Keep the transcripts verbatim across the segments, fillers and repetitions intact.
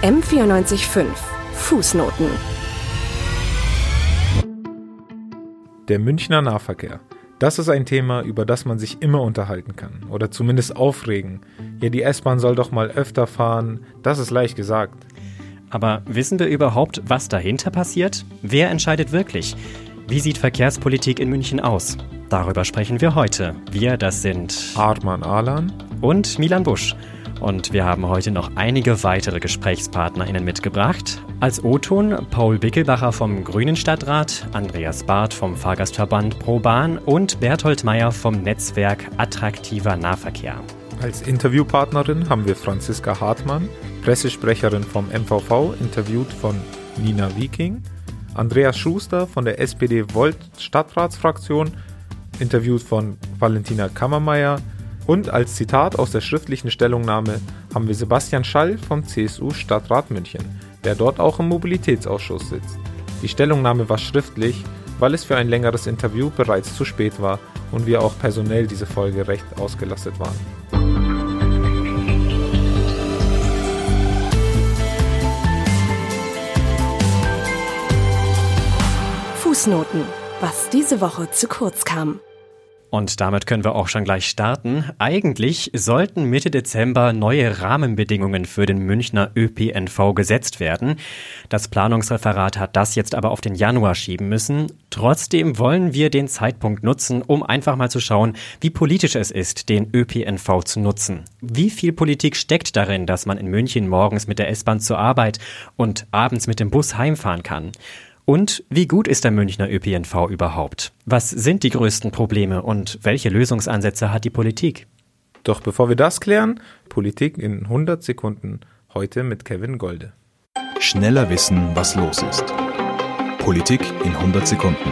M vierundneunzig Komma fünf Fußnoten. Der Münchner Nahverkehr. Das ist ein Thema, über das man sich immer unterhalten kann oder zumindest aufregen. Ja, die S-Bahn soll doch mal öfter fahren, das ist leicht gesagt. Aber wissen wir überhaupt, was dahinter passiert? Wer entscheidet wirklich? Wie sieht Verkehrspolitik in München aus? Darüber sprechen wir heute. Wir, das sind Arman Alan und Milan Busch. Und wir haben heute noch einige weitere GesprächspartnerInnen mitgebracht. Als O-Ton Paul Bickelbacher vom Grünen Stadtrat, Andreas Barth vom Fahrgastverband ProBahn und Berthold Meyer vom Netzwerk Attraktiver Nahverkehr. Als Interviewpartnerin haben wir Franziska Hartmann, Pressesprecherin vom M V V, interviewt von Nina Wieking, Andreas Schuster von der S P D Volt Stadtratsfraktion, interviewt von Valentina Kammermeier, und als Zitat aus der schriftlichen Stellungnahme haben wir Sebastian Schall vom C S U-Stadtrat München, der dort auch im Mobilitätsausschuss sitzt. Die Stellungnahme war schriftlich, weil es für ein längeres Interview bereits zu spät war und wir auch personell diese Folge recht ausgelastet waren. Fußnoten, was diese Woche zu kurz kam. Und damit können wir auch schon gleich starten. Eigentlich sollten Mitte Dezember neue Rahmenbedingungen für den Münchner Ö P N V gesetzt werden. Das Planungsreferat hat das jetzt aber auf den Januar schieben müssen. Trotzdem wollen wir den Zeitpunkt nutzen, um einfach mal zu schauen, wie politisch es ist, den Ö P N V zu nutzen. Wie viel Politik steckt darin, dass man in München morgens mit der S-Bahn zur Arbeit und abends mit dem Bus heimfahren kann? Und wie gut ist der Münchner Ö P N V überhaupt? Was sind die größten Probleme und welche Lösungsansätze hat die Politik? Doch bevor wir das klären, Politik in hundert Sekunden, heute mit Kevin Golde. Schneller wissen, was los ist. Politik in hundert Sekunden.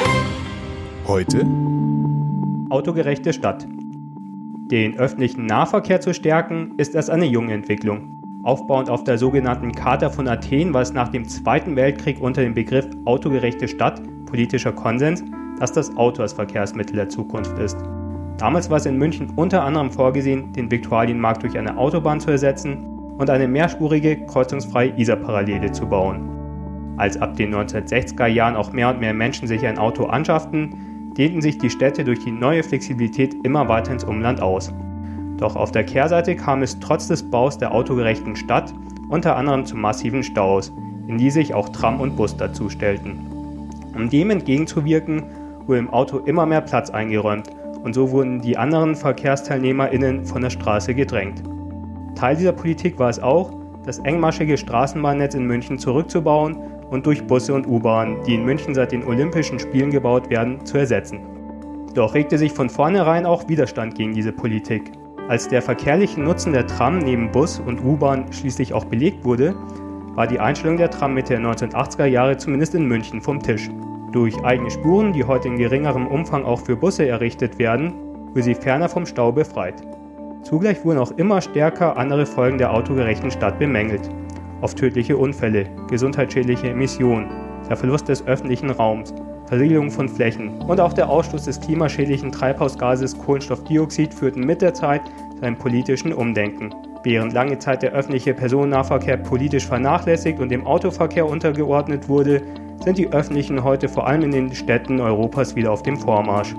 Heute autogerechte Stadt. Den öffentlichen Nahverkehr zu stärken, ist erst eine junge Entwicklung. Aufbauend auf der sogenannten Charta von Athen war es nach dem Zweiten Weltkrieg unter dem Begriff autogerechte Stadt politischer Konsens, dass das Auto das Verkehrsmittel der Zukunft ist. Damals war es in München unter anderem vorgesehen, den Viktualienmarkt durch eine Autobahn zu ersetzen und eine mehrspurige, kreuzungsfreie Isar-Parallele zu bauen. Als ab den neunzehnhundertsechziger Jahren auch mehr und mehr Menschen sich ein Auto anschafften, dehnten sich die Städte durch die neue Flexibilität immer weiter ins Umland aus. Doch auf der Kehrseite kam es trotz des Baus der autogerechten Stadt unter anderem zu massiven Staus, in die sich auch Tram und Bus dazustellten. Um dem entgegenzuwirken, wurde im Auto immer mehr Platz eingeräumt und so wurden die anderen VerkehrsteilnehmerInnen von der Straße gedrängt. Teil dieser Politik war es auch, das engmaschige Straßenbahnnetz in München zurückzubauen und durch Busse und U-Bahnen, die in München seit den Olympischen Spielen gebaut werden, zu ersetzen. Doch regte sich von vornherein auch Widerstand gegen diese Politik. Als der verkehrliche Nutzen der Tram neben Bus und U-Bahn schließlich auch belegt wurde, war die Einstellung der Tram Mitte der neunzehnhundertachtziger Jahre zumindest in München vom Tisch. Durch eigene Spuren, die heute in geringerem Umfang auch für Busse errichtet werden, wurde sie ferner vom Stau befreit. Zugleich wurden auch immer stärker andere Folgen der autogerechten Stadt bemängelt. Oft tödliche Unfälle, gesundheitsschädliche Emissionen, der Verlust des öffentlichen Raums, Versiegelung von Flächen und auch der Ausstoß des klimaschädlichen Treibhausgases Kohlenstoffdioxid führten mit der Zeit zu einem politischen Umdenken. Während lange Zeit der öffentliche Personennahverkehr politisch vernachlässigt und dem Autoverkehr untergeordnet wurde, sind die öffentlichen heute vor allem in den Städten Europas wieder auf dem Vormarsch.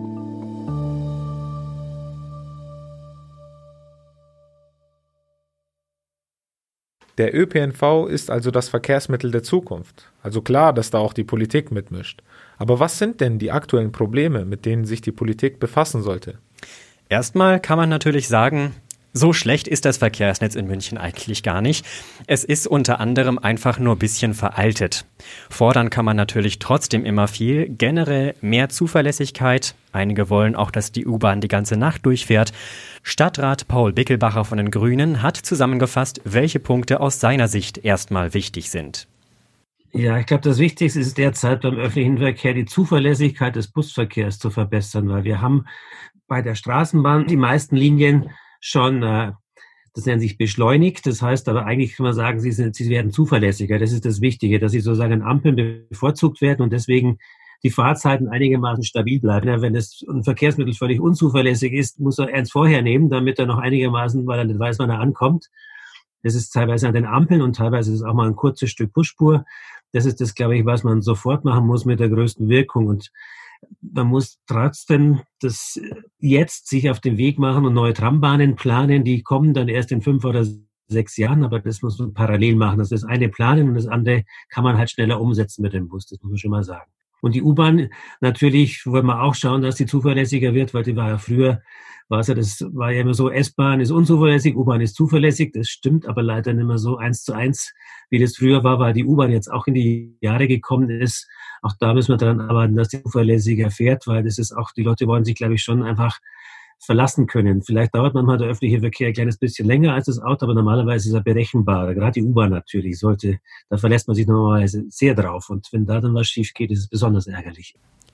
Der Ö P N V ist also das Verkehrsmittel der Zukunft. Also klar, dass da auch die Politik mitmischt. Aber was sind denn die aktuellen Probleme, mit denen sich die Politik befassen sollte? Erstmal kann man natürlich sagen, so schlecht ist das Verkehrsnetz in München eigentlich gar nicht. Es ist unter anderem einfach nur ein bisschen veraltet. Fordern kann man natürlich trotzdem immer viel. Generell mehr Zuverlässigkeit. Einige wollen auch, dass die U-Bahn die ganze Nacht durchfährt. Stadtrat Paul Bickelbacher von den Grünen hat zusammengefasst, welche Punkte aus seiner Sicht erstmal wichtig sind. Ja, ich glaube, das Wichtigste ist derzeit beim öffentlichen Verkehr die Zuverlässigkeit des Busverkehrs zu verbessern, weil wir haben bei der Straßenbahn die meisten Linien schon, äh, das nennt sich beschleunigt. Das heißt aber eigentlich kann man sagen, sie, sind, sie werden zuverlässiger. Das ist das Wichtige, dass sie sozusagen an Ampeln bevorzugt werden und deswegen die Fahrzeiten einigermaßen stabil bleiben. Ja, wenn das ein Verkehrsmittel völlig unzuverlässig ist, muss er eins vorher nehmen, damit er noch einigermaßen, weil er nicht weiß, wann er ankommt. Das ist teilweise an den Ampeln und teilweise ist es auch mal ein kurzes Stück Busspur. Das ist das, glaube ich, was man sofort machen muss mit der größten Wirkung. Und man muss trotzdem das jetzt sich auf den Weg machen und neue Trambahnen planen. Die kommen dann erst in fünf oder sechs Jahren, aber das muss man parallel machen. Das ist das eine planen und das andere kann man halt schneller umsetzen mit dem Bus. Das muss man schon mal sagen. Und die U-Bahn, natürlich wollen wir auch schauen, dass die zuverlässiger wird, weil die war ja früher, war es ja, das war ja immer so, S-Bahn ist unzuverlässig, U-Bahn ist zuverlässig. Das stimmt aber leider nicht mehr so eins zu eins, wie das früher war, weil die U-Bahn jetzt auch in die Jahre gekommen ist. Auch da müssen wir daran arbeiten, dass die zuverlässiger fährt, weil das ist auch, die Leute wollen sich, glaube ich, schon einfach verlassen können. Vielleicht dauert manchmal der öffentliche Verkehr ein kleines bisschen länger als das Auto, aber normalerweise ist er berechenbarer. Gerade die U-Bahn natürlich sollte, da verlässt man sich normalerweise sehr drauf. Und wenn da dann was schief geht, ist es besonders ärgerlich.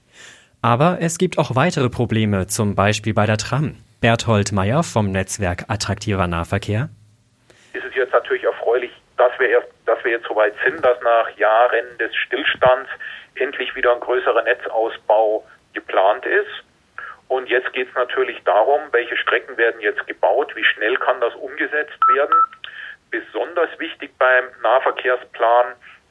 Aber es gibt auch weitere Probleme, zum Beispiel bei der Tram. Berthold Meyer vom Netzwerk Attraktiver Nahverkehr. Ist es jetzt natürlich erfreulich, dass wir erst, dass wir jetzt so weit sind, dass nach Jahren des Stillstands endlich wieder ein größerer Netzausbau geplant ist. Und jetzt geht es natürlich darum, welche Strecken werden jetzt gebaut, wie schnell kann das umgesetzt werden. Besonders wichtig beim Nahverkehrsplan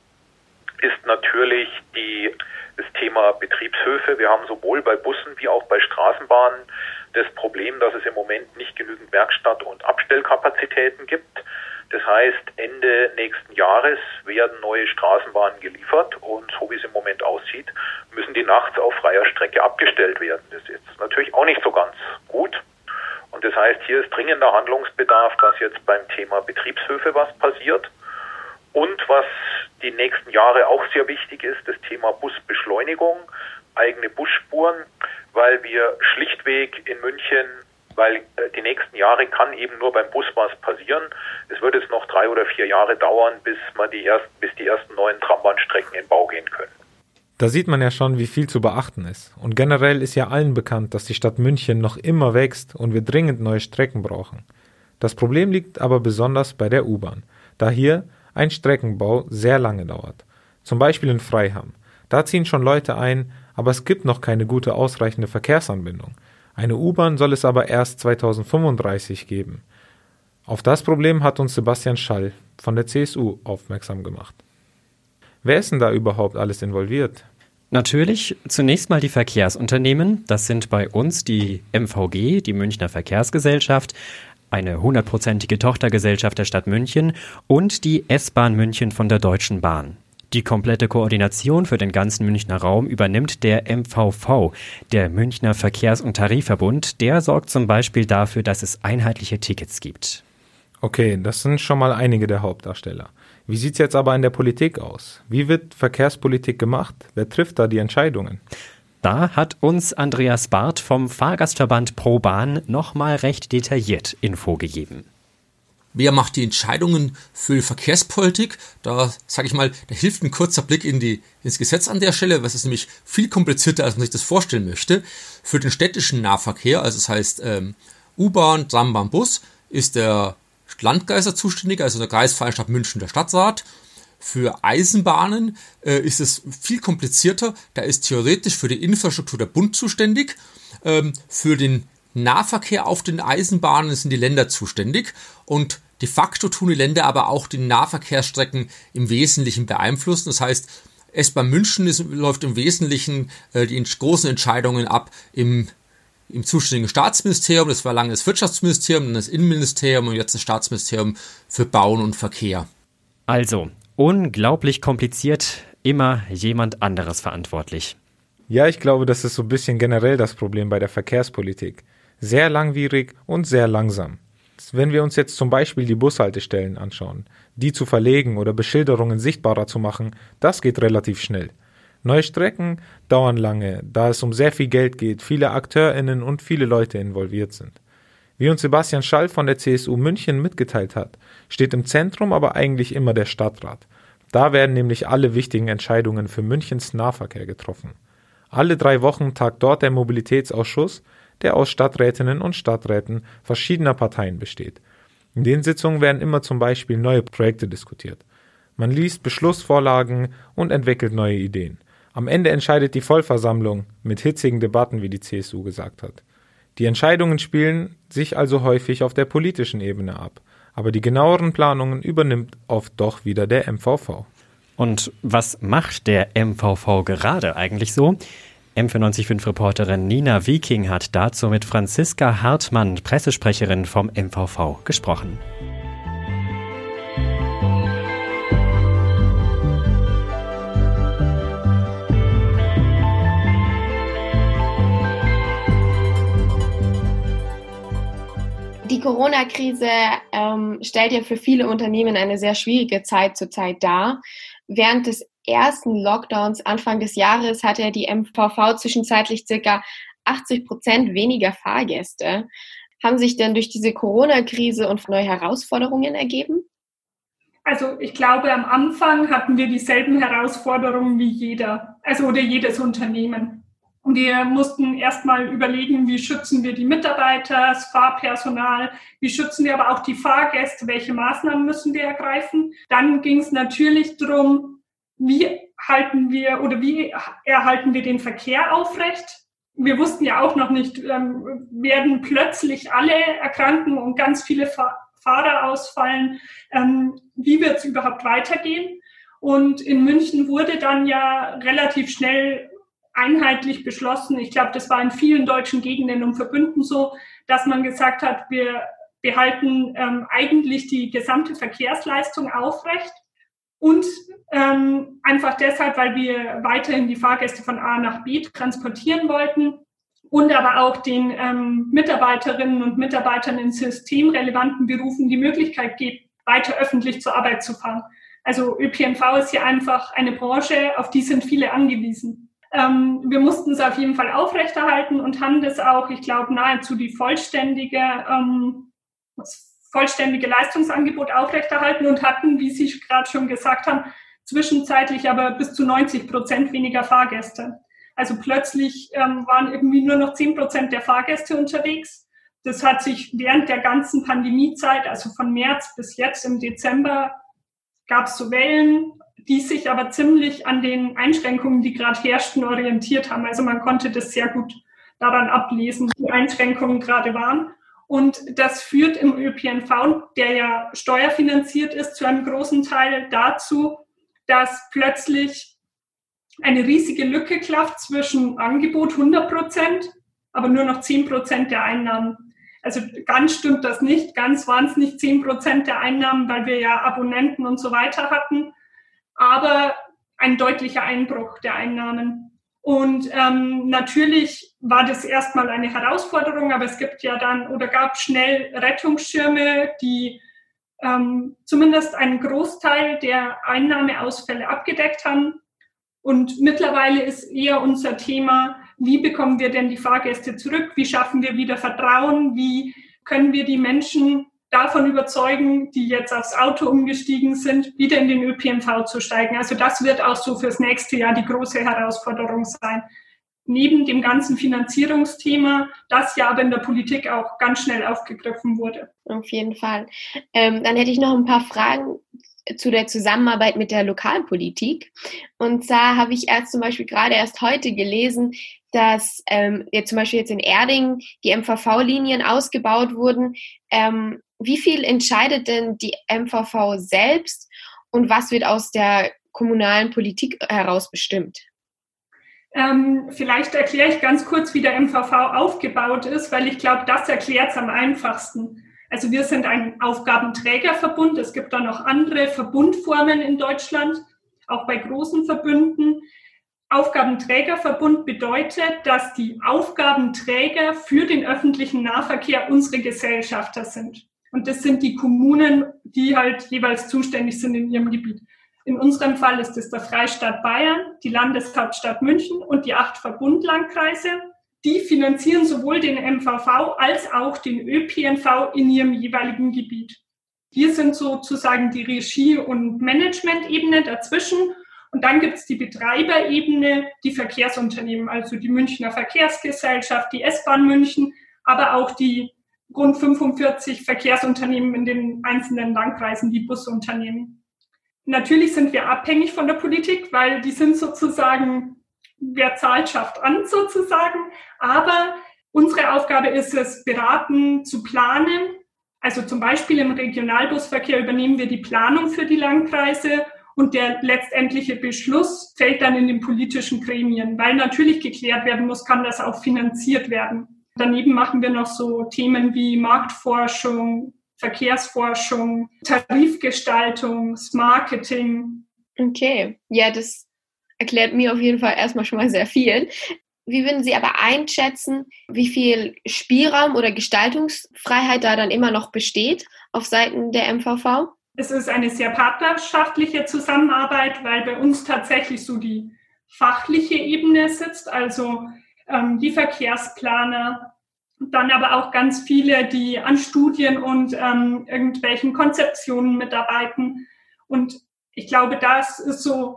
ist natürlich die, das Thema Betriebshöfe. Wir haben sowohl bei Bussen wie auch bei Straßenbahnen das Problem, dass es im Moment nicht genügend Werkstatt- und Abstellkapazitäten gibt. Das heißt, Ende nächsten Jahres werden neue Straßenbahnen geliefert und so wie es im Moment aussieht, müssen die nachts auf freier Strecke abgestellt werden. Das ist jetzt natürlich auch nicht so ganz gut. Und das heißt, hier ist dringender Handlungsbedarf, dass jetzt beim Thema Betriebshöfe was passiert. Und was die nächsten Jahre auch sehr wichtig ist, das Thema Busbeschleunigung, eigene Busspuren, weil wir schlichtweg in München, weil die nächsten Jahre kann eben nur beim Bus was passieren. Es wird jetzt noch drei oder vier Jahre dauern, bis man die ersten, bis die ersten neuen Trambahnstrecken in Bau gehen können. Da sieht man ja schon, wie viel zu beachten ist. Und generell ist ja allen bekannt, dass die Stadt München noch immer wächst und wir dringend neue Strecken brauchen. Das Problem liegt aber besonders bei der U-Bahn, da hier ein Streckenbau sehr lange dauert. Zum Beispiel in Freiham. Da ziehen schon Leute ein, aber es gibt noch keine gute ausreichende Verkehrsanbindung. Eine U-Bahn soll es aber erst zweitausendfünfunddreißig geben. Auf das Problem hat uns Sebastian Schall von der C S U aufmerksam gemacht. Wer ist denn da überhaupt alles involviert? Natürlich zunächst mal die Verkehrsunternehmen. Das sind bei uns die M V G, die Münchner Verkehrsgesellschaft, eine hundertprozentige Tochtergesellschaft der Stadt München und die S-Bahn München von der Deutschen Bahn. Die komplette Koordination für den ganzen Münchner Raum übernimmt der M V V, der Münchner Verkehrs- und Tarifverbund. Der sorgt zum Beispiel dafür, dass es einheitliche Tickets gibt. Okay, das sind schon mal einige der Hauptdarsteller. Wie sieht es jetzt aber in der Politik aus? Wie wird Verkehrspolitik gemacht? Wer trifft da die Entscheidungen? Da hat uns Andreas Barth vom Fahrgastverband ProBahn nochmal recht detailliert Info gegeben. Wer macht die Entscheidungen für die Verkehrspolitik? Da sage ich mal, da hilft ein kurzer Blick in die, ins Gesetz an der Stelle, was ist nämlich viel komplizierter, als man sich das vorstellen möchte. Für den städtischen Nahverkehr, also das heißt ähm, U-Bahn, Trambahn, Bus, ist der Landkreiser zuständig, also der Kreisverein Stadt München, der Stadtrat. Für Eisenbahnen äh, ist es viel komplizierter. Da ist theoretisch für die Infrastruktur der Bund zuständig. Ähm, für den Nahverkehr auf den Eisenbahnen sind die Länder zuständig und de facto tun die Länder aber auch die Nahverkehrsstrecken im Wesentlichen beeinflussen. Das heißt, S-Bahn München ist, läuft im Wesentlichen äh, die großen Entscheidungen ab im, im zuständigen Staatsministerium. Das war lange das Wirtschaftsministerium, dann das Innenministerium und jetzt das Staatsministerium für Bauen und Verkehr. Also, unglaublich kompliziert, immer jemand anderes verantwortlich. Ja, ich glaube, das ist so ein bisschen generell das Problem bei der Verkehrspolitik. Sehr langwierig und sehr langsam. Wenn wir uns jetzt zum Beispiel die Bushaltestellen anschauen, die zu verlegen oder Beschilderungen sichtbarer zu machen, das geht relativ schnell. Neue Strecken dauern lange, da es um sehr viel Geld geht, viele AkteurInnen und viele Leute involviert sind. Wie uns Sebastian Schall von der C S U München mitgeteilt hat, steht im Zentrum aber eigentlich immer der Stadtrat. Da werden nämlich alle wichtigen Entscheidungen für Münchens Nahverkehr getroffen. Alle drei Wochen tagt dort der Mobilitätsausschuss, der aus Stadträtinnen und Stadträten verschiedener Parteien besteht. In den Sitzungen werden immer zum Beispiel neue Projekte diskutiert. Man liest Beschlussvorlagen und entwickelt neue Ideen. Am Ende entscheidet die Vollversammlung mit hitzigen Debatten, wie die C S U gesagt hat. Die Entscheidungen spielen sich also häufig auf der politischen Ebene ab. Aber die genaueren Planungen übernimmt oft doch wieder der M V V. Und was macht der M V V gerade eigentlich so? M vierundneunzig Komma fünf Reporterin Nina Wieking hat dazu mit Franziska Hartmann, Pressesprecherin vom M V V, gesprochen. Die Corona-Krise ähm, stellt ja für viele Unternehmen eine sehr schwierige Zeit zurzeit dar. Während des ersten Lockdowns Anfang des Jahres hatte die M V V zwischenzeitlich ca. achtzig Prozent weniger Fahrgäste. Haben sich denn durch diese Corona-Krise und neue Herausforderungen ergeben? Also ich glaube, am Anfang hatten wir dieselben Herausforderungen wie jeder, also oder jedes Unternehmen. Wir mussten erstmal überlegen, wie schützen wir die Mitarbeiter, das Fahrpersonal, wie schützen wir aber auch die Fahrgäste, welche Maßnahmen müssen wir ergreifen. Dann ging es natürlich darum, wie halten wir oder wie erhalten wir den Verkehr aufrecht. Wir wussten ja auch noch nicht, ähm, werden plötzlich alle erkranken und ganz viele Fa- Fahrer ausfallen. Ähm, wie wird es überhaupt weitergehen? Und in München wurde dann ja relativ schnell einheitlich beschlossen. Ich glaube, das war in vielen deutschen Gegenden und Verbünden so, dass man gesagt hat, wir behalten ähm, eigentlich die gesamte Verkehrsleistung aufrecht und ähm, einfach deshalb, weil wir weiterhin die Fahrgäste von A nach B transportieren wollten und aber auch den ähm, Mitarbeiterinnen und Mitarbeitern in systemrelevanten Berufen die Möglichkeit gibt, weiter öffentlich zur Arbeit zu fahren. Also Ö P N V ist hier einfach eine Branche, auf die sind viele angewiesen. Ähm, wir mussten es auf jeden Fall aufrechterhalten und haben das auch, ich glaube, nahezu die vollständige, ähm, das vollständige Leistungsangebot aufrechterhalten und hatten, wie Sie gerade schon gesagt haben, zwischenzeitlich aber bis zu neunzig Prozent weniger Fahrgäste. Also plötzlich ähm, waren irgendwie nur noch zehn Prozent der Fahrgäste unterwegs. Das hat sich während der ganzen Pandemiezeit, also von März bis jetzt im Dezember, gab es so Wellen, die sich aber ziemlich an den Einschränkungen, die gerade herrschten, orientiert haben. Also man konnte das sehr gut daran ablesen, wie die Einschränkungen gerade waren. Und das führt im Ö P N V, der ja steuerfinanziert ist, zu einem großen Teil dazu, dass plötzlich eine riesige Lücke klafft zwischen Angebot hundert Prozent, aber nur noch zehn Prozent der Einnahmen. Also ganz stimmt das nicht, ganz waren es nicht zehn Prozent der Einnahmen, weil wir ja Abonnenten und so weiter hatten, aber ein deutlicher Einbruch der Einnahmen. Und ähm, natürlich war das erstmal eine Herausforderung, aber es gibt ja dann oder gab schnell Rettungsschirme, die ähm, zumindest einen Großteil der Einnahmeausfälle abgedeckt haben. Und mittlerweile ist eher unser Thema, wie bekommen wir denn die Fahrgäste zurück? Wie schaffen wir wieder Vertrauen? Wie können wir die Menschen davon überzeugen, die jetzt aufs Auto umgestiegen sind, wieder in den Ö P N V zu steigen? Also das wird auch so fürs nächste Jahr die große Herausforderung sein. Neben dem ganzen Finanzierungsthema, das ja aber in der Politik auch ganz schnell aufgegriffen wurde. Auf jeden Fall. Ähm, dann hätte ich noch ein paar Fragen zu der Zusammenarbeit mit der Lokalpolitik. Und zwar habe ich erst zum Beispiel gerade erst heute gelesen, dass ähm, jetzt zum Beispiel jetzt in Erding die M V V-Linien ausgebaut wurden. Ähm, wie viel entscheidet denn die M V V selbst und was wird aus der kommunalen Politik heraus bestimmt? Ähm, vielleicht erkläre ich ganz kurz, wie der M V V aufgebaut ist, weil ich glaube, das erklärt es am einfachsten. Also wir sind ein Aufgabenträgerverbund. Es gibt da noch andere Verbundformen in Deutschland, auch bei großen Verbünden. Aufgabenträgerverbund bedeutet, dass die Aufgabenträger für den öffentlichen Nahverkehr unsere Gesellschafter sind. Und das sind die Kommunen, die halt jeweils zuständig sind in ihrem Gebiet. In unserem Fall ist es der Freistaat Bayern, die Landeshauptstadt München und die acht Verbundlandkreise. Die finanzieren sowohl den M V V als auch den Ö P N V in ihrem jeweiligen Gebiet. Wir sind sozusagen die Regie- und Management-Ebene dazwischen. Und dann gibt es die Betreiberebene, die Verkehrsunternehmen, also die Münchner Verkehrsgesellschaft, die S-Bahn München, aber auch die rund fünfundvierzig Verkehrsunternehmen in den einzelnen Landkreisen, die Busunternehmen. Natürlich sind wir abhängig von der Politik, weil die sind sozusagen, wer zahlt, schafft an sozusagen. Aber unsere Aufgabe ist es, beraten, zu planen, Also zum Beispiel im Regionalbusverkehr übernehmen wir die Planung für die Landkreise und der letztendliche Beschluss fällt dann in den politischen Gremien, weil natürlich geklärt werden muss, kann das auch finanziert werden. Daneben machen wir noch so Themen wie Marktforschung, Verkehrsforschung, Tarifgestaltung, Marketing. Okay, ja, das erklärt mir auf jeden Fall erstmal schon mal sehr viel. Wie würden Sie aber einschätzen, wie viel Spielraum oder Gestaltungsfreiheit da dann immer noch besteht auf Seiten der M V V? Es ist eine sehr partnerschaftliche Zusammenarbeit, weil bei uns tatsächlich so die fachliche Ebene sitzt, also ähm, die Verkehrsplaner, dann aber auch ganz viele, die an Studien und ähm, irgendwelchen Konzeptionen mitarbeiten. Und ich glaube, das ist so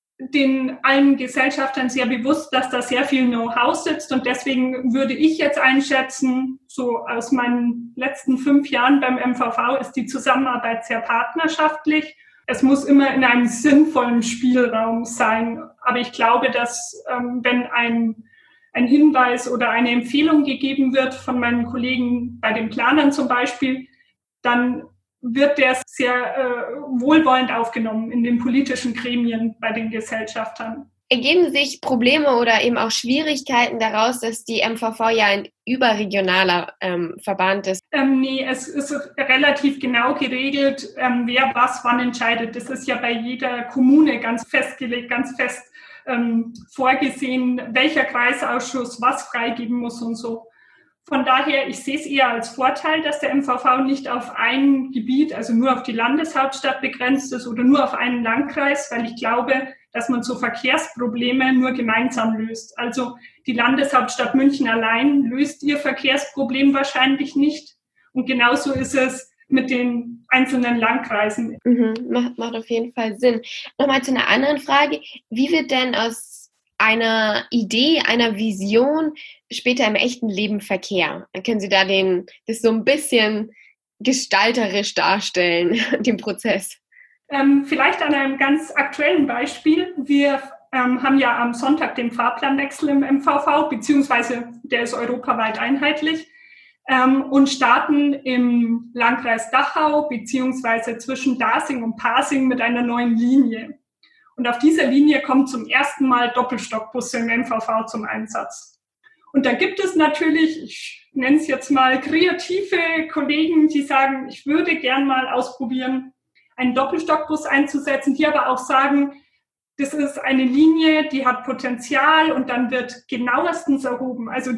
den allen Gesellschaftern sehr bewusst, dass da sehr viel Know-how sitzt. Und deswegen würde ich jetzt einschätzen, so aus meinen letzten fünf Jahren beim M V V ist die Zusammenarbeit sehr partnerschaftlich. Es muss immer in einem sinnvollen Spielraum sein. Aber ich glaube, dass ähm, wenn ein, ein Hinweis oder eine Empfehlung gegeben wird von meinen Kollegen bei den Planern zum Beispiel, dann wird der sehr äh, wohlwollend aufgenommen in den politischen Gremien bei den Gesellschaftern. Ergeben sich Probleme oder eben auch Schwierigkeiten daraus, dass die M V V ja ein überregionaler ähm, Verband ist? Ähm, nee, es ist relativ genau geregelt, ähm, wer was wann entscheidet. Das ist ja bei jeder Kommune ganz festgelegt, ganz fest ähm, vorgesehen, welcher Kreisausschuss was freigeben muss und so. Von daher, ich sehe es eher als Vorteil, dass der M V V nicht auf ein Gebiet, also nur auf die Landeshauptstadt begrenzt ist oder nur auf einen Landkreis, weil ich glaube, dass man so Verkehrsprobleme nur gemeinsam löst. Also die Landeshauptstadt München allein löst ihr Verkehrsproblem wahrscheinlich nicht. Und genauso ist es mit den einzelnen Landkreisen. Mhm, macht, macht auf jeden Fall Sinn. Nochmal zu einer anderen Frage. Wie wird denn aus einer Idee, einer Vision später im echten Leben Verkehr? Dann können Sie da den, das so ein bisschen gestalterisch darstellen, den Prozess. Ähm, vielleicht an einem ganz aktuellen Beispiel. Wir ähm, haben ja am Sonntag den Fahrplanwechsel im M V V, beziehungsweise der ist europaweit einheitlich, ähm, und starten im Landkreis Dachau, beziehungsweise zwischen Dasing und Pasing mit einer neuen Linie. Und auf dieser Linie kommen zum ersten Mal Doppelstockbusse im M V V zum Einsatz. Und da gibt es natürlich, ich nenne es jetzt mal kreative Kollegen, die sagen, ich würde gern mal ausprobieren, einen Doppelstockbus einzusetzen, die aber auch sagen, das ist eine Linie, die hat Potenzial und dann wird genauestens erhoben. Also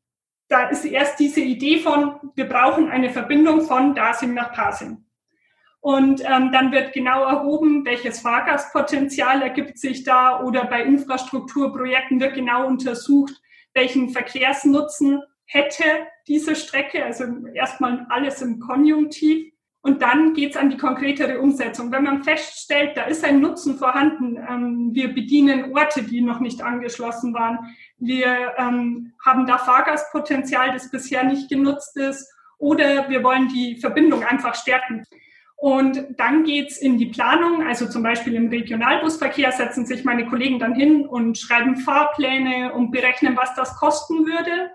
da ist erst diese Idee von, wir brauchen eine Verbindung von Dasing nach Pasing. Und ähm, dann wird genau erhoben, welches Fahrgastpotenzial ergibt sich da, oder bei Infrastrukturprojekten wird genau untersucht, welchen Verkehrsnutzen hätte diese Strecke. Also erstmal alles im Konjunktiv. Und dann geht's an die konkretere Umsetzung. Wenn man feststellt, da ist ein Nutzen vorhanden, ähm, wir bedienen Orte, die noch nicht angeschlossen waren, wir ähm, haben da Fahrgastpotenzial, das bisher nicht genutzt ist, oder wir wollen die Verbindung einfach stärken. Und dann geht's in die Planung, also zum Beispiel im Regionalbusverkehr setzen sich meine Kollegen dann hin und schreiben Fahrpläne und berechnen, was das kosten würde,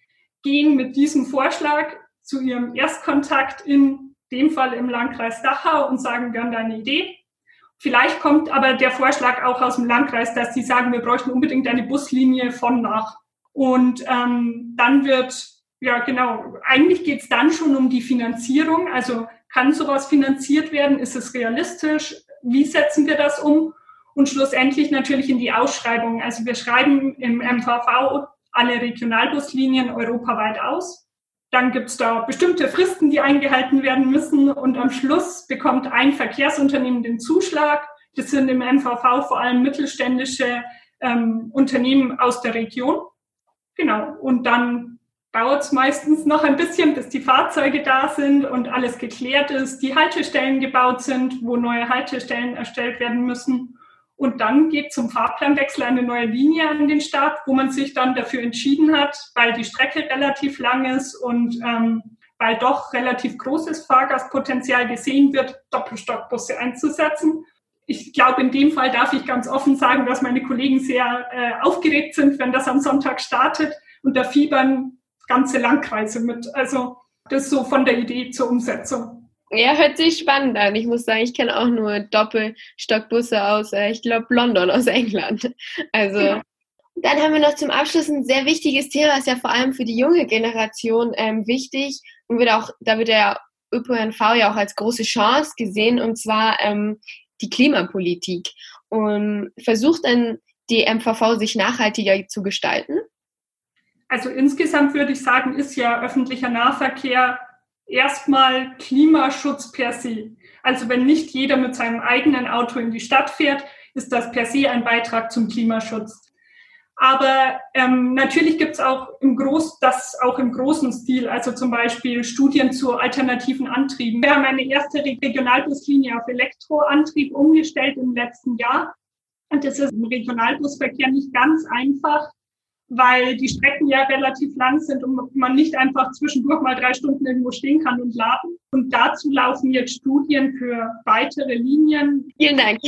gehen mit diesem Vorschlag zu ihrem Erstkontakt in dem Fall im Landkreis Dachau und sagen, wir haben da eine Idee. Vielleicht kommt aber der Vorschlag auch aus dem Landkreis, dass die sagen, wir bräuchten unbedingt eine Buslinie von nach. Und ähm, dann wird, ja genau, eigentlich geht es dann schon um die Finanzierung. Also kann sowas finanziert werden? Ist es realistisch? Wie setzen wir das um? Und schlussendlich natürlich in die Ausschreibung. Also wir schreiben im M V V alle Regionalbuslinien europaweit aus. Dann gibt es da bestimmte Fristen, die eingehalten werden müssen. Und am Schluss bekommt ein Verkehrsunternehmen den Zuschlag. Das sind im M V V vor allem mittelständische ähm, Unternehmen aus der Region. Genau. Und dann dauert es meistens noch ein bisschen, bis die Fahrzeuge da sind und alles geklärt ist, die Haltestellen gebaut sind, wo neue Haltestellen erstellt werden müssen. Und dann geht zum Fahrplanwechsel eine neue Linie an den Start, wo man sich dann dafür entschieden hat, weil die Strecke relativ lang ist und ähm, weil doch relativ großes Fahrgastpotenzial gesehen wird, Doppelstockbusse einzusetzen. Ich glaube, in dem Fall darf ich ganz offen sagen, dass meine Kollegen sehr äh, aufgeregt sind, wenn das am Sonntag startet, und da fiebern ganze Landkreise mit. Also Das so von der Idee zur Umsetzung. Ja, hört sich spannend an. Ich muss sagen, ich kenne auch nur Doppelstockbusse aus, äh, ich glaube, London, aus England. Also ja. Dann haben wir noch zum Abschluss ein sehr wichtiges Thema, ist ja vor allem für die junge Generation ähm, wichtig und wird auch, da wird der Ö P N V ja auch als große Chance gesehen, und zwar ähm, die Klimapolitik. Und versucht dann die M V V sich nachhaltiger zu gestalten? Also insgesamt würde ich sagen, ist ja öffentlicher Nahverkehr erstmal Klimaschutz per se. Also wenn nicht jeder mit seinem eigenen Auto in die Stadt fährt, ist das per se ein Beitrag zum Klimaschutz. Aber ähm, natürlich gibt es auch im Groß, das auch im großen Stil, also zum Beispiel Studien zu alternativen Antrieben. Wir haben eine erste Regionalbuslinie auf Elektroantrieb umgestellt im letzten Jahr. Und das ist im Regionalbusverkehr nicht ganz einfach, weil die Strecken ja relativ lang sind und man nicht einfach zwischendurch mal drei Stunden irgendwo stehen kann und laden. Und dazu laufen jetzt Studien für weitere Linien. Vielen Dank.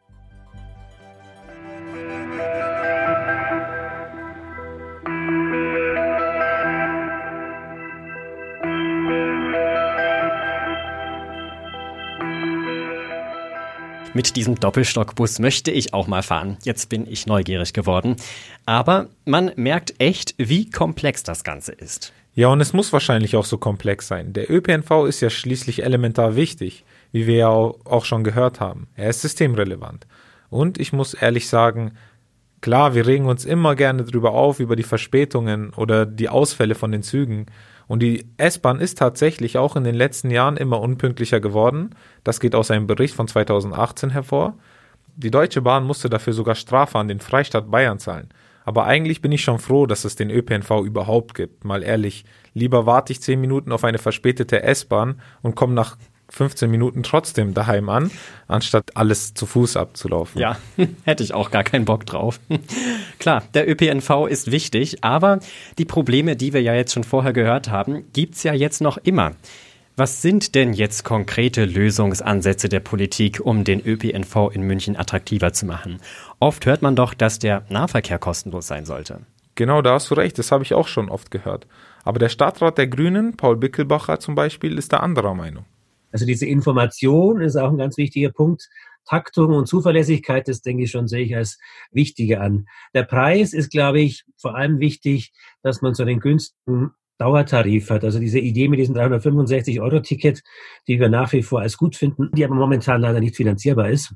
Mit diesem Doppelstockbus möchte ich auch mal fahren. Jetzt bin ich neugierig geworden. Aber man merkt echt, wie komplex das Ganze ist. Ja, und es muss wahrscheinlich auch so komplex sein. Der Ö P N V ist ja schließlich elementar wichtig, wie wir ja auch schon gehört haben. Er ist systemrelevant. Und ich muss ehrlich sagen, klar, wir regen uns immer gerne drüber auf, über die Verspätungen oder die Ausfälle von den Zügen. Und die S-Bahn ist tatsächlich auch in den letzten Jahren immer unpünktlicher geworden. Das geht aus einem Bericht von zweitausendachtzehn hervor. Die Deutsche Bahn musste dafür sogar Strafe an den Freistaat Bayern zahlen. Aber eigentlich bin ich schon froh, dass es den Ö P N V überhaupt gibt. Mal ehrlich, lieber warte ich zehn Minuten auf eine verspätete S-Bahn und komme nach fünfzehn Minuten trotzdem daheim an, anstatt alles zu Fuß abzulaufen. Ja, hätte ich auch gar keinen Bock drauf. Klar, der Ö P N V ist wichtig, aber die Probleme, die wir ja jetzt schon vorher gehört haben, gibt's ja jetzt noch immer. Was sind denn jetzt konkrete Lösungsansätze der Politik, um den Ö P N V in München attraktiver zu machen? Oft hört man doch, dass der Nahverkehr kostenlos sein sollte. Genau, da hast du recht, das habe ich auch schon oft gehört. Aber der Stadtrat der Grünen, Paul Bickelbacher zum Beispiel, ist da anderer Meinung. Also diese Information ist auch ein ganz wichtiger Punkt. Taktung und Zuverlässigkeit, das denke ich schon, sehe ich als wichtige an. Der Preis ist, glaube ich, vor allem wichtig, dass man so einen günstigen Dauertarif hat. Also diese Idee mit diesem dreihundertfünfundsechzig Euro Ticket, die wir nach wie vor als gut finden, die aber momentan leider nicht finanzierbar ist.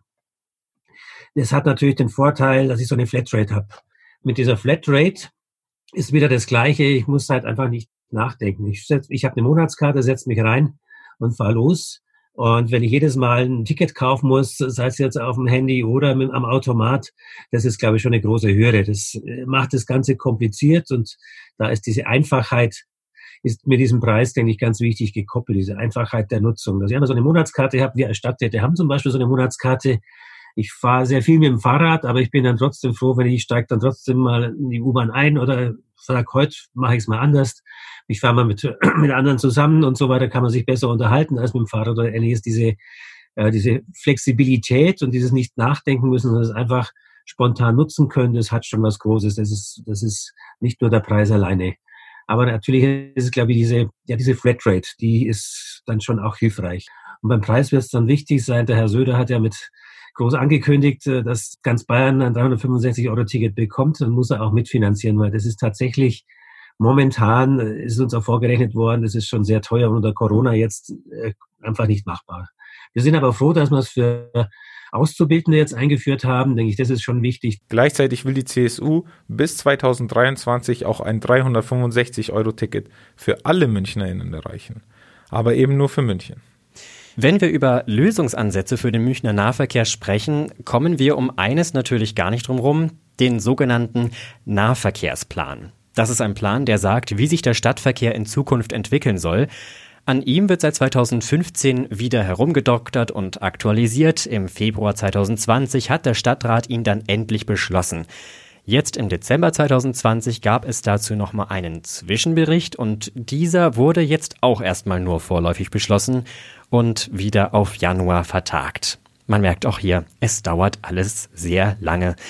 Das hat natürlich den Vorteil, dass ich so eine Flatrate habe. Mit dieser Flatrate ist wieder das Gleiche. Ich muss halt einfach nicht nachdenken. Ich, setz, ich habe eine Monatskarte, setze mich rein und fahr los. Und wenn ich jedes Mal ein Ticket kaufen muss, sei es jetzt auf dem Handy oder mit, am Automat, das ist, glaube ich, schon eine große Hürde. Das macht das Ganze kompliziert und da ist diese Einfachheit, ist mit diesem Preis, denke ich, ganz wichtig gekoppelt, diese Einfachheit der Nutzung. Dass ich einmal so eine Monatskarte habe, wir als Stadträte haben zum Beispiel so eine Monatskarte. Ich fahre sehr viel mit dem Fahrrad, aber ich bin dann trotzdem froh, wenn ich steige dann trotzdem mal in die U-Bahn ein oder sage, heute mache ich es mal anders. Ich fahre mal mit, mit anderen zusammen und so weiter, kann man sich besser unterhalten als mit dem Fahrrad oder ähnliches. Diese, äh, diese Flexibilität und dieses nicht nachdenken müssen, sondern es einfach spontan nutzen können, das hat schon was Großes. Das ist, das ist nicht nur der Preis alleine. Aber natürlich ist es, glaube ich, diese, ja, diese Flatrate, die ist dann schon auch hilfreich. Und beim Preis wird es dann wichtig sein. Der Herr Söder hat ja mit groß angekündigt, dass ganz Bayern ein dreihundertfünfundsechzig Euro Ticket bekommt. Dann muss er auch mitfinanzieren, weil das ist tatsächlich momentan, ist uns auch vorgerechnet worden, das ist schon sehr teuer und unter Corona jetzt äh, einfach nicht machbar. Wir sind aber froh, dass wir es für Auszubildende jetzt eingeführt haben, denke ich, das ist schon wichtig. Gleichzeitig will die C S U bis zweitausenddreiundzwanzig auch ein dreihundertfünfundsechzig Euro Ticket für alle MünchnerInnen erreichen. Aber eben nur für München. Wenn wir über Lösungsansätze für den Münchner Nahverkehr sprechen, kommen wir um eines natürlich gar nicht drum rum, den sogenannten Nahverkehrsplan. Das ist ein Plan, der sagt, wie sich der Stadtverkehr in Zukunft entwickeln soll. An ihm wird seit zweitausendfünfzehn wieder herumgedoktert und aktualisiert. Im Februar zweitausendzwanzig hat der Stadtrat ihn dann endlich beschlossen. Jetzt im Dezember zweitausendzwanzig gab es dazu nochmal einen Zwischenbericht und dieser wurde jetzt auch erstmal nur vorläufig beschlossen und wieder auf Januar vertagt. Man merkt auch hier, es dauert alles sehr lange.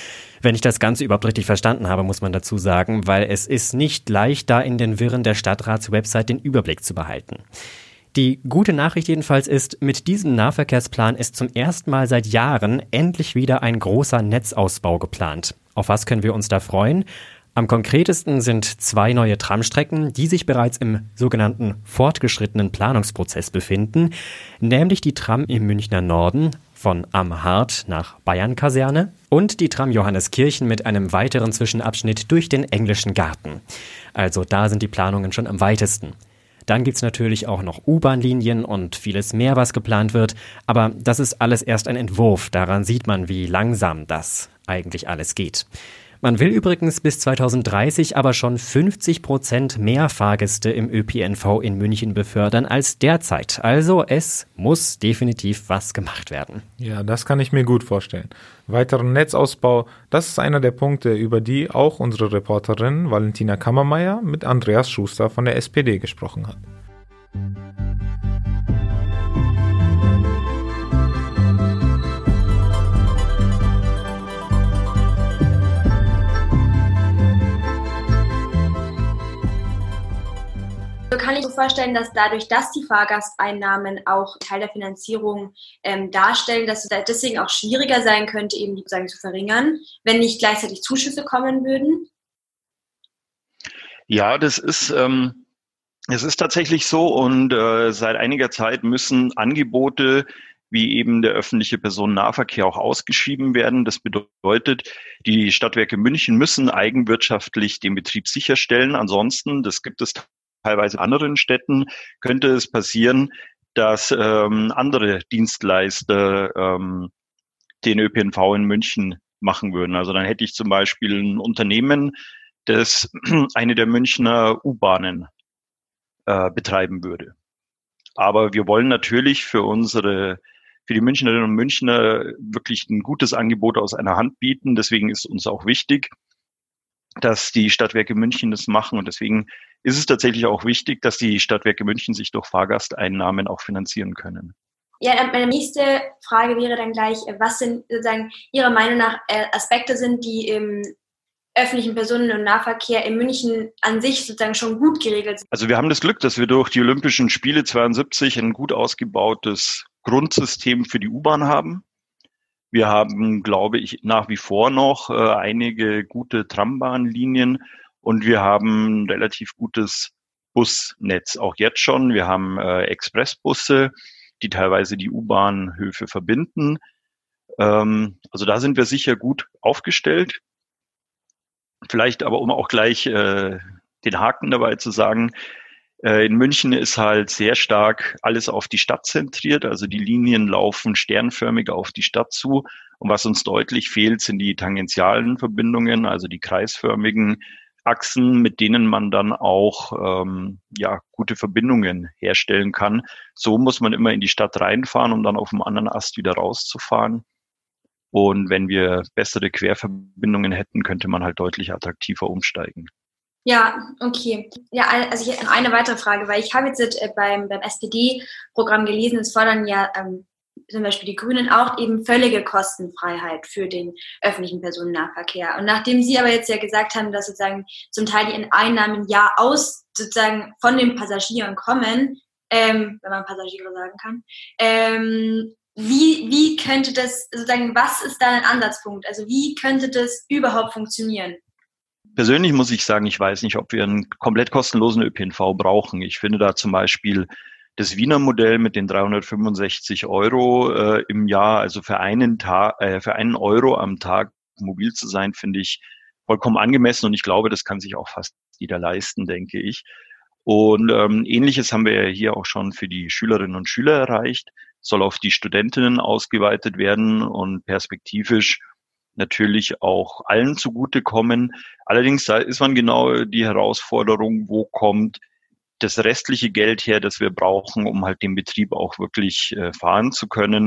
Wenn ich das Ganze überhaupt richtig verstanden habe, muss man dazu sagen, weil es ist nicht leicht, da in den Wirren der Stadtratswebsite den Überblick zu behalten. Die gute Nachricht jedenfalls ist, mit diesem Nahverkehrsplan ist zum ersten Mal seit Jahren endlich wieder ein großer Netzausbau geplant. Auf was können wir uns da freuen? Am konkretesten sind zwei neue Tramstrecken, die sich bereits im sogenannten fortgeschrittenen Planungsprozess befinden, nämlich die Tram im Münchner Norden von Am Hart nach Bayernkaserne und die Tram Johanneskirchen mit einem weiteren Zwischenabschnitt durch den Englischen Garten. Also da sind die Planungen schon am weitesten. Dann gibt's natürlich auch noch U-Bahn-Linien und vieles mehr, was geplant wird, aber das ist alles erst ein Entwurf, daran sieht man, wie langsam das eigentlich alles geht. Man will übrigens bis zweitausenddreißig aber schon fünfzig Prozent mehr Fahrgäste im Ö P N V in München befördern als derzeit. Also es muss definitiv was gemacht werden. Ja, das kann ich mir gut vorstellen. Weiteren Netzausbau, das ist einer der Punkte, über die auch unsere Reporterin Valentina Kammermeier mit Andreas Schuster von der S P D gesprochen hat. Kann ich mir vorstellen, dass dadurch, dass die Fahrgasteinnahmen auch Teil der Finanzierung ähm, darstellen, dass es deswegen auch schwieriger sein könnte, eben die sozusagen zu verringern, wenn nicht gleichzeitig Zuschüsse kommen würden? Ja, das ist, ähm, es ist tatsächlich so und äh, seit einiger Zeit müssen Angebote wie eben der öffentliche Personennahverkehr auch ausgeschrieben werden. Das bedeutet, die Stadtwerke München müssen eigenwirtschaftlich den Betrieb sicherstellen. Ansonsten, das gibt es teilweise in anderen Städten, könnte es passieren, dass ähm, andere Dienstleister ähm, den Ö P N V in München machen würden. Also dann hätte ich zum Beispiel ein Unternehmen, das eine der Münchner U-Bahnen äh, betreiben würde. Aber wir wollen natürlich für unsere, für die Münchnerinnen und Münchner wirklich ein gutes Angebot aus einer Hand bieten. Deswegen ist uns auch wichtig, dass die Stadtwerke München das machen. Und deswegen ist es tatsächlich auch wichtig, dass die Stadtwerke München sich durch Fahrgasteinnahmen auch finanzieren können. Ja, meine nächste Frage wäre dann gleich, was sind sozusagen Ihrer Meinung nach Aspekte sind, die im öffentlichen Personen- und Nahverkehr in München an sich sozusagen schon gut geregelt sind? Also wir haben das Glück, dass wir durch die Olympischen Spiele zweiundsiebzig ein gut ausgebautes Grundsystem für die U-Bahn haben. Wir haben, glaube ich, nach wie vor noch äh, einige gute Trambahnlinien und wir haben ein relativ gutes Busnetz, auch jetzt schon. Wir haben äh, Expressbusse, die teilweise die U-Bahnhöfe verbinden. Ähm, also da sind wir sicher gut aufgestellt. Vielleicht aber, um auch gleich äh, den Haken dabei zu sagen, in München ist halt sehr stark alles auf die Stadt zentriert, also die Linien laufen sternförmig auf die Stadt zu. Und was uns deutlich fehlt, sind die tangentialen Verbindungen, also die kreisförmigen Achsen, mit denen man dann auch ähm, ja gute Verbindungen herstellen kann. So muss man immer in die Stadt reinfahren, um dann auf dem anderen Ast wieder rauszufahren. Und wenn wir bessere Querverbindungen hätten, könnte man halt deutlich attraktiver umsteigen. Ja, okay. Ja, also ich eine weitere Frage, weil ich habe jetzt äh, beim, beim S P D-Programm gelesen, es fordern ja ähm, zum Beispiel die Grünen auch eben völlige Kostenfreiheit für den öffentlichen Personennahverkehr. Und nachdem Sie aber jetzt ja gesagt haben, dass sozusagen zum Teil die Einnahmen ja aus sozusagen von den Passagieren kommen, ähm, wenn man Passagiere sagen kann, ähm, wie, wie könnte das sozusagen, was ist da ein Ansatzpunkt? Also wie könnte das überhaupt funktionieren? Persönlich muss ich sagen, ich weiß nicht, ob wir einen komplett kostenlosen Ö P N V brauchen. Ich finde da zum Beispiel das Wiener Modell mit den dreihundertfünfundsechzig Euro äh, im Jahr, also für einen Tag, äh, für einen Euro am Tag mobil zu sein, finde ich vollkommen angemessen und ich glaube, das kann sich auch fast jeder leisten, denke ich. Und ähm, Ähnliches haben wir ja hier auch schon für die Schülerinnen und Schüler erreicht, soll auf die Studentinnen ausgeweitet werden und perspektivisch natürlich auch allen zugutekommen. Allerdings da ist man genau die Herausforderung, wo kommt das restliche Geld her, das wir brauchen, um halt den Betrieb auch wirklich äh, fahren zu können.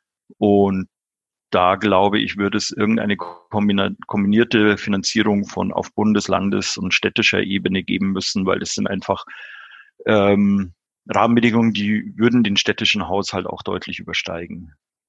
Und da glaube ich, würde es irgendeine kombina- kombinierte Finanzierung von auf Bundes-, Landes- und städtischer Ebene geben müssen, weil das sind einfach ähm, Rahmenbedingungen, die würden den städtischen Haushalt auch deutlich übersteigen.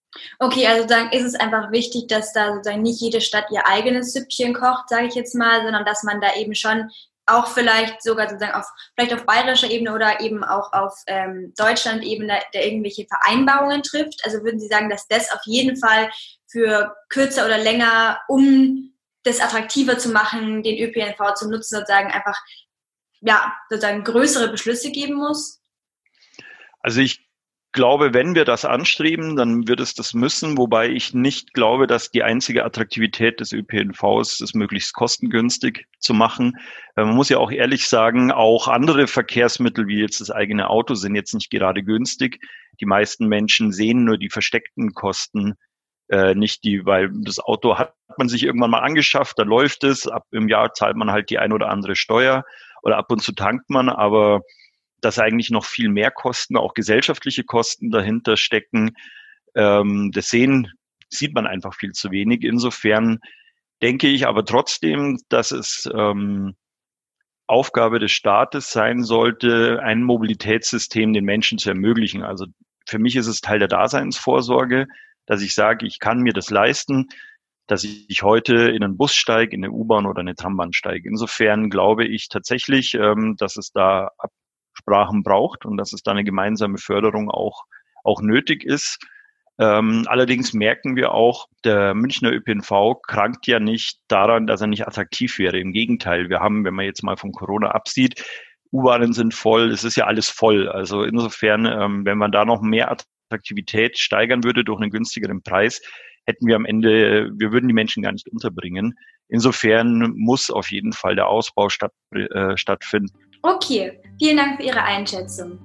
Okay, also dann ist es einfach wichtig, dass da sozusagen nicht jede Stadt ihr eigenes Süppchen kocht, sage ich jetzt mal, sondern dass man da eben schon auch vielleicht sogar sozusagen auf, vielleicht auf bayerischer Ebene oder eben auch auf ähm, Deutschland-Ebene da irgendwelche Vereinbarungen trifft. Also würden Sie sagen, dass das auf jeden Fall für kürzer oder länger, um das attraktiver zu machen, den Ö P N V zu nutzen, sozusagen einfach, ja, sozusagen größere Beschlüsse geben muss? Also ich glaube, wenn wir das anstreben, dann wird es das müssen, wobei ich nicht glaube, dass die einzige Attraktivität des Ö P N Vs ist, möglichst kostengünstig zu machen. Man muss ja auch ehrlich sagen, auch andere Verkehrsmittel wie jetzt das eigene Auto sind jetzt nicht gerade günstig. Die meisten Menschen sehen nur die versteckten Kosten, äh, nicht die, weil das Auto hat man sich irgendwann mal angeschafft, da läuft es, ab im Jahr zahlt man halt die ein oder andere Steuer oder ab und zu tankt man, aber dass eigentlich noch viel mehr Kosten, auch gesellschaftliche Kosten dahinter stecken. Ähm, das sehen, sieht man einfach viel zu wenig. Insofern denke ich aber trotzdem, dass es ähm, Aufgabe des Staates sein sollte, ein Mobilitätssystem den Menschen zu ermöglichen. Also für mich ist es Teil der Daseinsvorsorge, dass ich sage, ich kann mir das leisten, dass ich heute in einen Bus steige, in eine U-Bahn oder eine Trambahn steige. Insofern glaube ich tatsächlich, ähm, dass es da Sprachen braucht und dass es da eine gemeinsame Förderung auch, auch nötig ist. Ähm, allerdings merken wir auch, der Münchner Ö P N V krankt ja nicht daran, dass er nicht attraktiv wäre. Im Gegenteil, wir haben, wenn man jetzt mal von Corona absieht, U-Bahnen sind voll, es ist ja alles voll. Also insofern, ähm, wenn man da noch mehr Attraktivität steigern würde durch einen günstigeren Preis, hätten wir am Ende, wir würden die Menschen gar nicht unterbringen. Insofern muss auf jeden Fall der Ausbau statt, äh, stattfinden. Okay, vielen Dank für Ihre Einschätzung.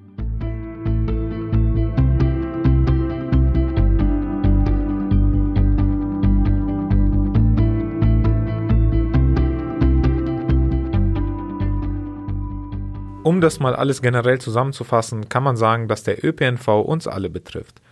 Um das mal alles generell zusammenzufassen, kann man sagen, dass der Ö P N V uns alle betrifft.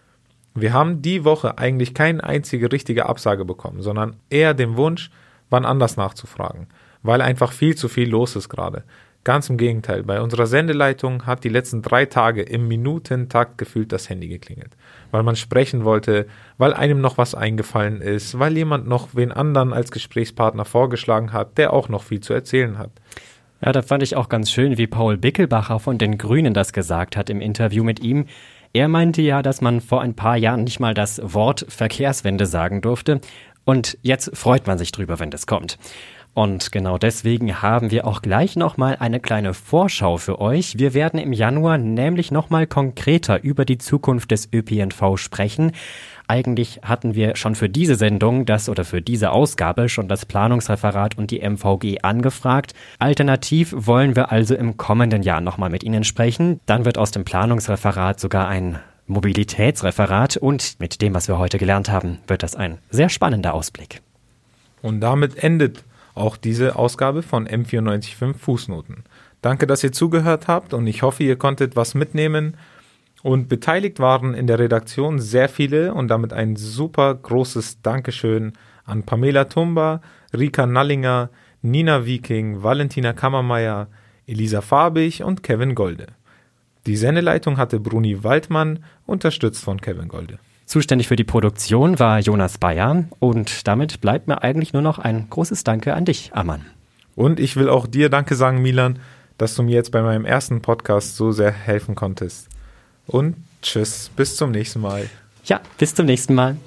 Wir haben die Woche eigentlich keine einzige richtige Absage bekommen, sondern eher den Wunsch, wann anders nachzufragen, weil einfach viel zu viel los ist gerade. Ganz im Gegenteil, bei unserer Sendeleitung hat die letzten drei Tage im Minutentakt gefühlt das Handy geklingelt, weil man sprechen wollte, weil einem noch was eingefallen ist, weil jemand noch wen anderen als Gesprächspartner vorgeschlagen hat, der auch noch viel zu erzählen hat. Ja, da fand ich auch ganz schön, wie Paul Bickelbacher von den Grünen das gesagt hat im Interview mit ihm. Er meinte ja, dass man vor ein paar Jahren nicht mal das Wort Verkehrswende sagen durfte und jetzt freut man sich drüber, wenn das kommt. Und genau deswegen haben wir auch gleich nochmal eine kleine Vorschau für euch. Wir werden im Januar nämlich nochmal konkreter über die Zukunft des Ö P N V sprechen. Eigentlich hatten wir schon für diese Sendung das oder für diese Ausgabe schon das Planungsreferat und die M V G angefragt. Alternativ wollen wir also im kommenden Jahr nochmal mit Ihnen sprechen. Dann wird aus dem Planungsreferat sogar ein Mobilitätsreferat und mit dem, was wir heute gelernt haben, wird das ein sehr spannender Ausblick. Und damit endet auch diese Ausgabe von M vierundneunzig Komma fünf Fußnoten. Danke, dass ihr zugehört habt und ich hoffe, ihr konntet was mitnehmen. Und beteiligt waren in der Redaktion sehr viele und damit ein super großes Dankeschön an Pamela Tumba, Rika Nallinger, Nina Wieking, Valentina Kammermeier, Elisa Farbig und Kevin Golde. Die Sendeleitung hatte Bruni Waldmann, unterstützt von Kevin Golde. Zuständig für die Produktion war Jonas Bayer und damit bleibt mir eigentlich nur noch ein großes Danke an dich, Amann. Und ich will auch dir Danke sagen, Milan, dass du mir jetzt bei meinem ersten Podcast so sehr helfen konntest. Und tschüss, bis zum nächsten Mal. Ja, bis zum nächsten Mal.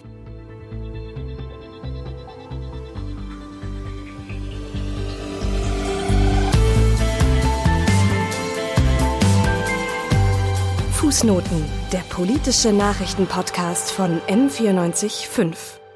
Fußnoten, der politische Nachrichtenpodcast von M vierundneunzig Komma fünf.